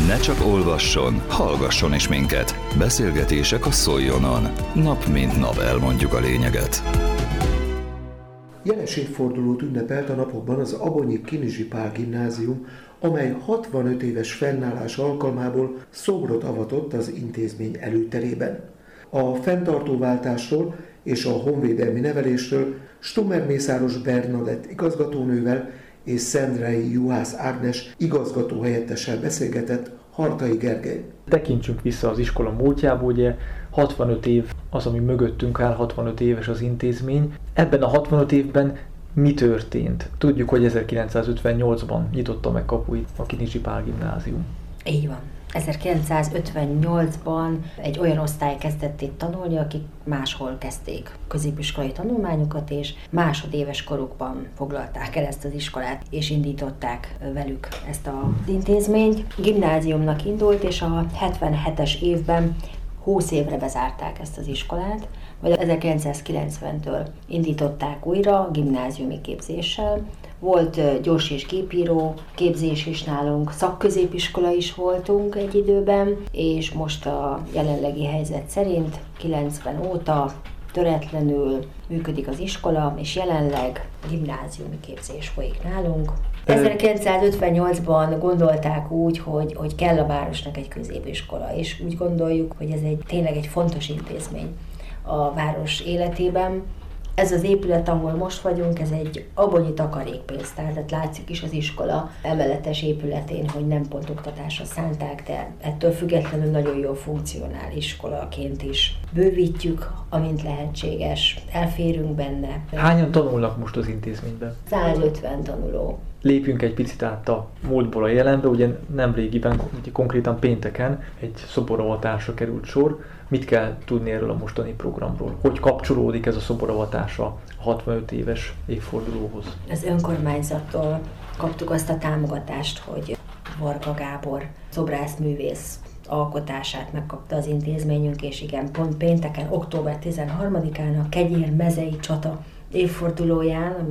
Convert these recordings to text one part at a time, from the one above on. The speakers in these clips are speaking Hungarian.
Ne csak olvasson, hallgasson is minket. Beszélgetések a Szoljonon. Nap mint nap elmondjuk a lényeget. Jeles évfordulót ünnepelt a napokban az Abonyi Kinizsi Pál Gimnázium, amely 65 éves fennállás alkalmából szobrot avatott az intézmény előterében. A fenntartóváltásról és a honvédelmi nevelésről Stummer Mészáros Bernadett igazgatónővel és Szendrei Juhász Ágnes igazgatóhelyettessel beszélgetett Hartai Gergely. Tekintsünk vissza az iskola múltjába, ugye 65 év az, ami mögöttünk áll, 65 éves az intézmény. Ebben a 65 évben mi történt? Tudjuk, hogy 1958-ban nyitotta meg kapuit a Kinizsi Pál Gimnázium. Így van. 1958-ban egy olyan osztály kezdett itt tanulni, akik máshol kezdték középiskolai tanulmányokat, és másodéves korukban foglalták el ezt az iskolát, és indították velük ezt az intézményt. Gimnáziumnak indult, és a 77-es évben 20 évre bezárták ezt az iskolát, vagy 1990-től indították újra gimnáziumi képzéssel. Volt gyors és gépíró képzés is nálunk, szakközépiskola is voltunk egy időben, és most a jelenlegi helyzet szerint 90 óta töretlenül működik az iskola, és jelenleg gimnáziumi képzés folyik nálunk. 1958-ban gondolták úgy, hogy kell a városnak egy középiskola, és úgy gondoljuk, hogy ez tényleg egy fontos intézmény a város életében. Ez az épület, ahol most vagyunk, ez egy abonyi takarékpénztár, tehát látszik is az iskola emeletes épületén, hogy nem pont oktatásra szánták, de ettől függetlenül nagyon jól funkcionál iskolaként is. Bővítjük, amint lehetséges, elférünk benne. Hányan tanulnak most az intézményben? 150 tanuló. Lépjünk egy picit át a múltból a jelenbe, ugye nemrégiben, konkrétan pénteken egy szoboravatásra került sor. Mit kell tudni erről a mostani programról? Hogy kapcsolódik ez a szoboravatás a 65 éves évfordulóhoz? Az önkormányzattól kaptuk azt a támogatást, hogy Varga Gábor szobrászművész alkotását megkapta az intézményünk, és igen, pont pénteken, október 13-án a Kegyér-mezei csata évfordulóján, ami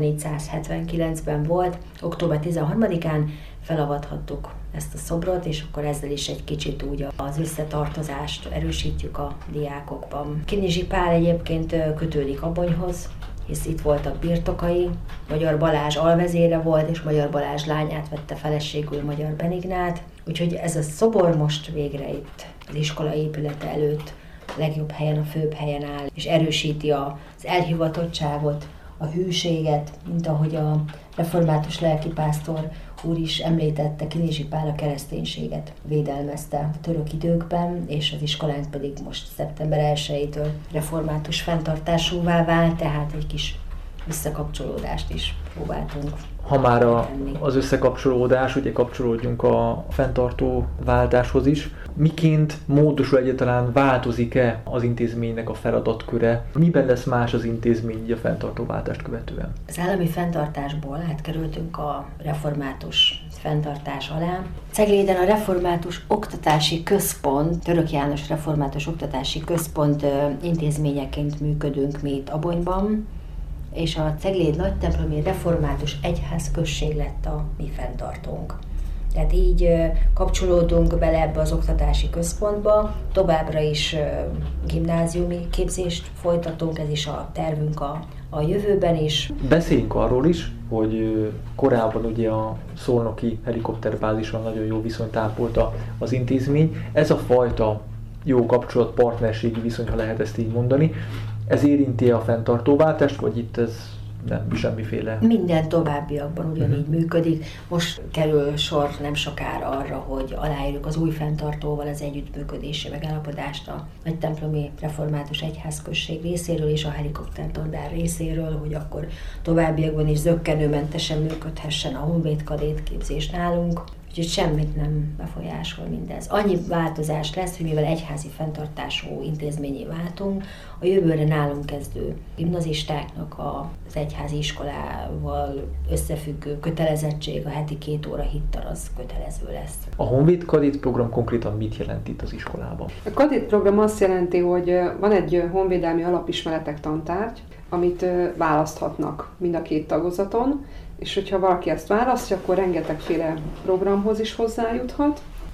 1479-ben volt, október 13-án felavathattuk ezt a szobrot, és akkor ezzel is egy kicsit úgy az összetartozást erősítjük a diákokban. Kinizsi Pál egyébként kötődik Abonyhoz, hisz itt voltak birtokai, Magyar Balázs alvezére volt, és Magyar Balázs lányát vette feleségül Magyar Benignát, úgyhogy ez a szobor most végre itt az iskola épülete előtt legjobb helyen, a főbb helyen áll, és erősíti az elhivatottságot, a hűséget, mint ahogy a református lelkipásztor úr is említette, Kinizsi Pál a kereszténységet védelmezte a török időkben, és az iskolánk pedig most szeptember 1-től református fenntartásúvá vált, tehát egy kis visszakapcsolódást is próbáltunk. Ha már az összekapcsolódás, ugye kapcsolódjunk a fenntartó váltáshoz is. Miként módosul egyáltalán, változik-e az intézménynek a feladatköre? Miben lesz más az intézmény a fenntartó váltást követően? Az állami fenntartásból átkerültünk a református fenntartás alá. Cegléden a Református Oktatási Központ, Török János Református Oktatási Központ intézményeként működünk mi itt Abonyban, és a Cegléd Nagytemplomi Református Egyházközség lett a mi fenntartónk. Tehát így kapcsolódunk bele ebbe az oktatási központba, továbbra is gimnáziumi képzést folytatunk, ez is a tervünk a jövőben is. Beszéljünk arról is, hogy korábban ugye a szolnoki helikopterbázison nagyon jó viszonyt ápolta az intézmény. Ez a fajta jó kapcsolat, partnerségi viszony, ha lehet ezt így mondani, ez érinti a fenntartóváltást, vagy itt ez nem semmiféle? Minden továbbiakban ugyanígy működik. Most kerül sor nem sokára arra, hogy aláírjuk az új fenntartóval az együttműködési megállapodást a Nagytemplomi Református Egyházközség részéről és a helikoptertandár részéről, hogy akkor továbbiakban is zökkenőmentesen működhessen a honvéd kadétképzés nálunk. Úgyhogy semmit nem befolyásol mindez. Annyi változás lesz, hogy mivel egyházi fenntartású intézményé váltunk, a jövőre nálunk kezdő gimnazistáknak az egyházi iskolával összefüggő kötelezettség, a heti 2 óra hittan az kötelező lesz. A honvéd kadét program konkrétan mit jelent itt az iskolában? A kadét program azt jelenti, hogy van egy honvédelmi alapismeretek tantárgy, amit választhatnak mind a 2 tagozaton, és hogyha valaki ezt választja, akkor rengetegféle programhoz is hozzájuthat.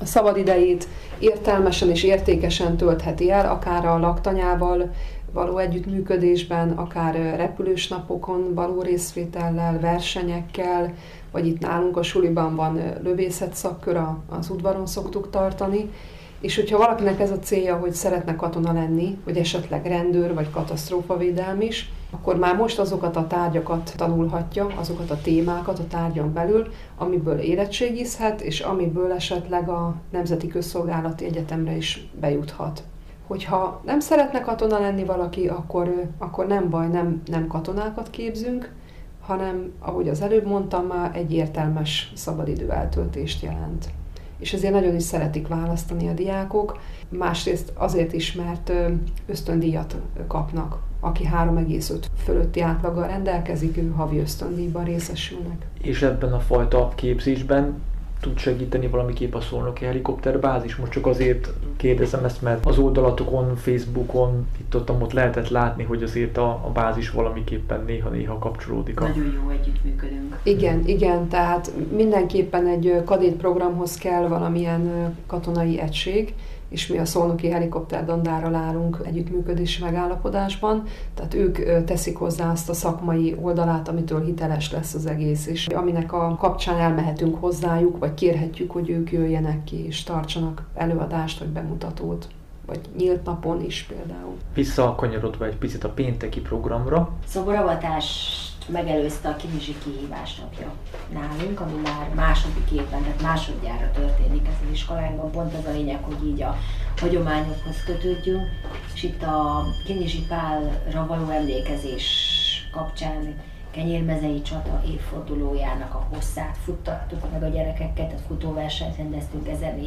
a szabadidejét értelmesen és értékesen töltheti el, akár a laktanyával való együttműködésben, akár repülős napokon való részvétellel, versenyekkel, vagy itt nálunk a suliban van lövészet szakkör, az udvaron szoktuk tartani, és hogyha valakinek ez a célja, hogy szeretne katona lenni, vagy esetleg rendőr, vagy katasztrófavédelm is, akkor már most azokat a tárgyakat tanulhatja, azokat a témákat a tárgyon belül, amiből érettségizhet, és amiből esetleg a Nemzeti Közszolgálati Egyetemre is bejuthat. Hogyha nem szeretne katona lenni valaki, akkor nem baj, nem katonákat képzünk, hanem, ahogy az előbb mondtam, már egy értelmes szabadidő eltöltést jelent. És ezért nagyon is szeretik választani a diákok, másrészt azért is, mert ösztöndíjat kapnak. Aki 3,5 fölötti átlaggal rendelkezik, ő havi ösztöndíjban részesülnek. És ebben a fajta képzésben tud segíteni valamiképp a Szolnoki Helikopterbázis? Most csak azért kérdezem ezt, mert az oldalatokon, Facebookon, itt-ott lehetett látni, hogy azért a bázis valamiképpen néha-néha kapcsolódik. Nagyon jó együttműködünk. Igen, tehát mindenképpen egy kadétprogramhoz kell valamilyen katonai egység, és mi a Szolnoki Helikopterdandárral állunk együttműködési megállapodásban, tehát ők teszik hozzá azt a szakmai oldalát, amitől hiteles lesz az egész, és aminek a kapcsán elmehetünk hozzájuk, vagy kérhetjük, hogy ők jöjjenek ki és tartsanak előadást vagy bemutatót, vagy nyílt napon is például. Visszakanyarodva egy picit a pénteki programra. Szoboravatást megelőzte a Kinizsi Kihívás napja nálunk, ami már második évben, tehát másodjára történik ez az iskolánkban. Pont az a lényeg, hogy így a hagyományokhoz kötődjünk, és itt a Kinizsi Pálra való emlékezés kapcsán Kenyérmezei csata évfordulójának a hosszát futtattuk meg a gyerekekkel, tehát futóversenyt rendeztünk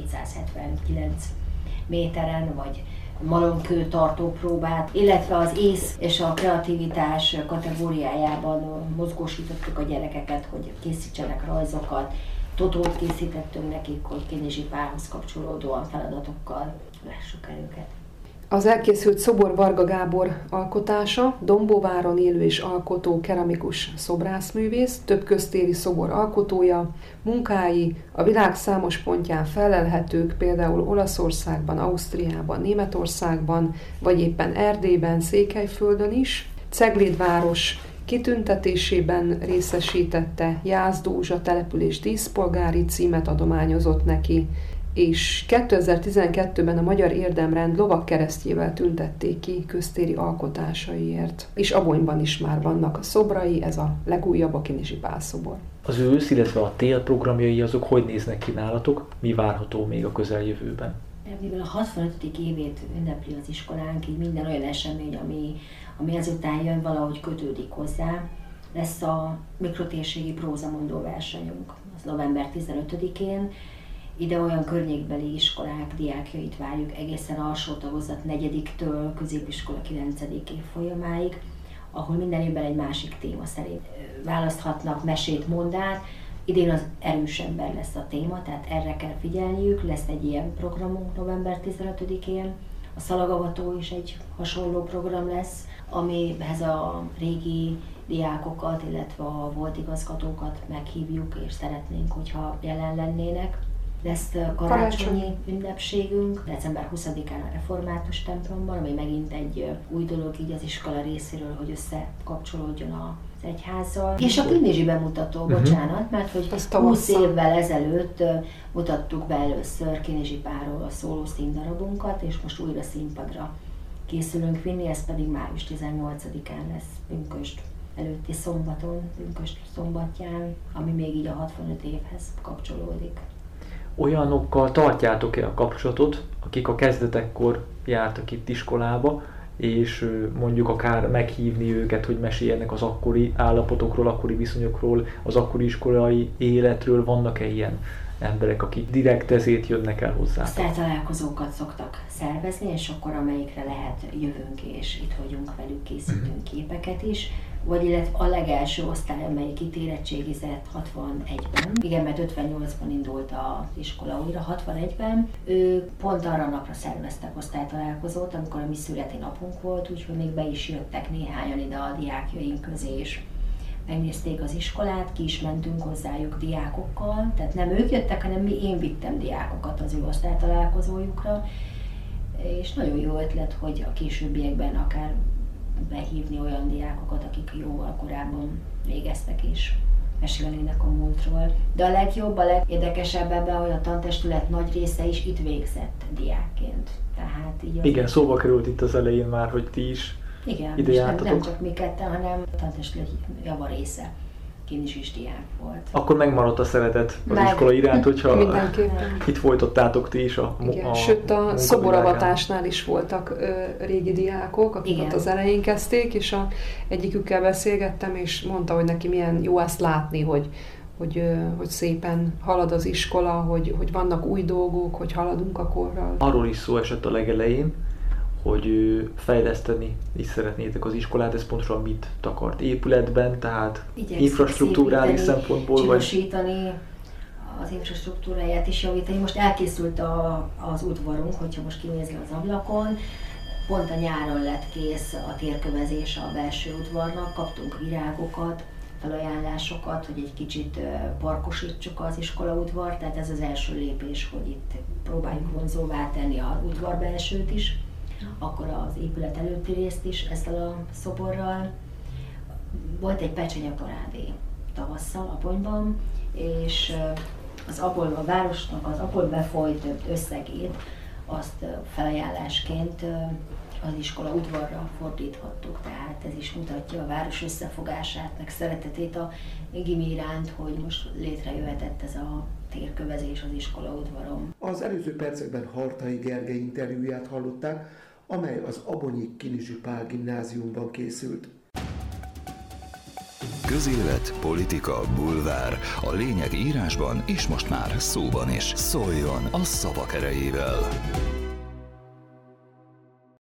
1479 méteren, vagy malonkő tartópróbát, illetve az ész és a kreativitás kategóriájában mozgósítottuk a gyerekeket, hogy készítsenek rajzokat. Totót készítettünk nekik, hogy Kinizsi Pálhoz kapcsolódóan feladatokkal lássuk el őket. Az elkészült szobor Varga Gábor alkotása, Dombóváron élő és alkotó keramikus szobrászművész, több köztéri szobor alkotója, munkái a világ számos pontján felelhetők, például Olaszországban, Ausztriában, Németországban, vagy éppen Erdélyben, Székelyföldön is. Ceglédváros kitüntetésében részesítette, Jászdózsa település díszpolgári címet adományozott neki, és 2012-ben a Magyar Érdemrend lovagkeresztjével tüntették ki köztéri alkotásaiért. És Abonyban is már vannak a szobrai, ez a legújabb a Kinizsi Pál szobor. Az ősz, illetve a tél programjai azok hogy néznek ki nálatok? Mi várható még a közeljövőben? Mivel a 65. évét ünnepli az iskolánk, így minden olyan esemény, ami ezután jön, valahogy kötődik hozzá. Lesz a mikrotérségi prózamondó versenyünk, az november 15-én. Ide olyan környékbeli iskolák diákjait várjuk egészen alsó tagozat 4-től középiskola 9. év folyamáig, ahol minden évben egy másik téma szerint választhatnak mesét, mondát. Idén az erős ember lesz a téma, tehát erre kell figyelniük, lesz egy ilyen programunk november 15-én. A szalagavató is egy hasonló program lesz, amihez a régi diákokat, illetve a volt igazgatókat meghívjuk, és szeretnénk, hogyha jelen lennének. Lesz karácsonyi ünnepségünk, december 20-án a Református templomban, ami megint egy új dolog így az iskola részéről, hogy összekapcsolódjon az egyházzal. És a Kinizsi bemutató, bocsánat, mert hogy 20 évvel ezelőtt mutattuk be először Kinizsi Pálról a szóló színdarabunkat, és most újra színpadra készülünk vinni, ez pedig május 18-án lesz pünkösd előtti szombaton, pünkösd szombatján, ami még így a 65 évhez kapcsolódik. Olyanokkal tartjátok-e a kapcsolatot, akik a kezdetekkor jártak itt iskolába, és mondjuk akár meghívni őket, hogy meséljenek az akkori állapotokról, akkori viszonyokról, az akkori iskolai életről? Vannak-e ilyen emberek, akik direkt ezért jönnek el hozzá? Osztálytalálkozókat szoktak szervezni, és akkor amelyikre lehet jövünk, és itt vagyunk velük, készítünk képeket is. Vagy illetve a legelső osztály, amelyik itt érettségizett 61-ben. Igen, mert 58-ban indult az iskola újra, 61-ben. Ők pont arra napra szerveztek osztálytalálkozót, amikor a mi születi napunk volt, úgyhogy még be is jöttek néhányan ide a diákjaink közé, és megnézték az iskolát, ki is mentünk hozzájuk diákokkal, tehát nem ők jöttek, hanem én vittem diákokat az ő osztálytalálkozójukra, és nagyon jó ötlet, hogy a későbbiekben akár behívni olyan diákokat, akik jóval korábban végeztek és mesélnének a múltról. De a legjobb, a legérdekesebb ebben, hogy a tantestület nagy része is itt végzett diákként. Tehát így igen, szóba került itt az elején már, hogy ti is ide jártatok. Nem csak mi ketten, hanem a tantestület java része is diák volt. Akkor megmaradt a szeretet az iskola iránt, hogyha itt folytattátok ti is sőt, a szoboravatásnál is voltak régi diákok, akik ott az elején kezdték, és egyikükkel beszélgettem, és mondta, hogy neki milyen jó ezt látni, hogy szépen halad az iskola, hogy vannak új dolgok, hogy haladunk a korral. Arról is szó esett a legelején, hogy fejleszteni is szeretnétek az iskolát, ez pontosan mit takart épületben, tehát infrastruktúrális szempontból? Csinosítani, az infrastruktúráját is javítani. Most elkészült az udvarunk, hogyha most kinézel az ablakon, pont a nyáron lett kész a térkövezés a belső udvarnak, kaptunk virágokat, felajánlásokat, hogy egy kicsit parkosítsuk az iskolaudvart, tehát ez az első lépés, hogy itt próbáljuk vonzóvá tenni az udvar belsőt is, akkor az épület előtti részt is ezzel a szoborral. Volt egy pecsenyeparádé tavasszal Abonyban, és a városnak az abból befolyt összegét azt felajánlásként az iskola udvarra fordíthattuk, tehát ez is mutatja a város összefogását, meg szeretetét a gimi iránt, hogy most létrejöhetett ez a térkövezés az iskola udvaron. Az előző percekben Hartai Gergely interjúját hallották, amely az Abonyi Kinizsi Pál Gimnáziumban készült. Közélet, politika, bulvár. A lényeg írásban és most már szóban is. Szóljon a szavak erejével!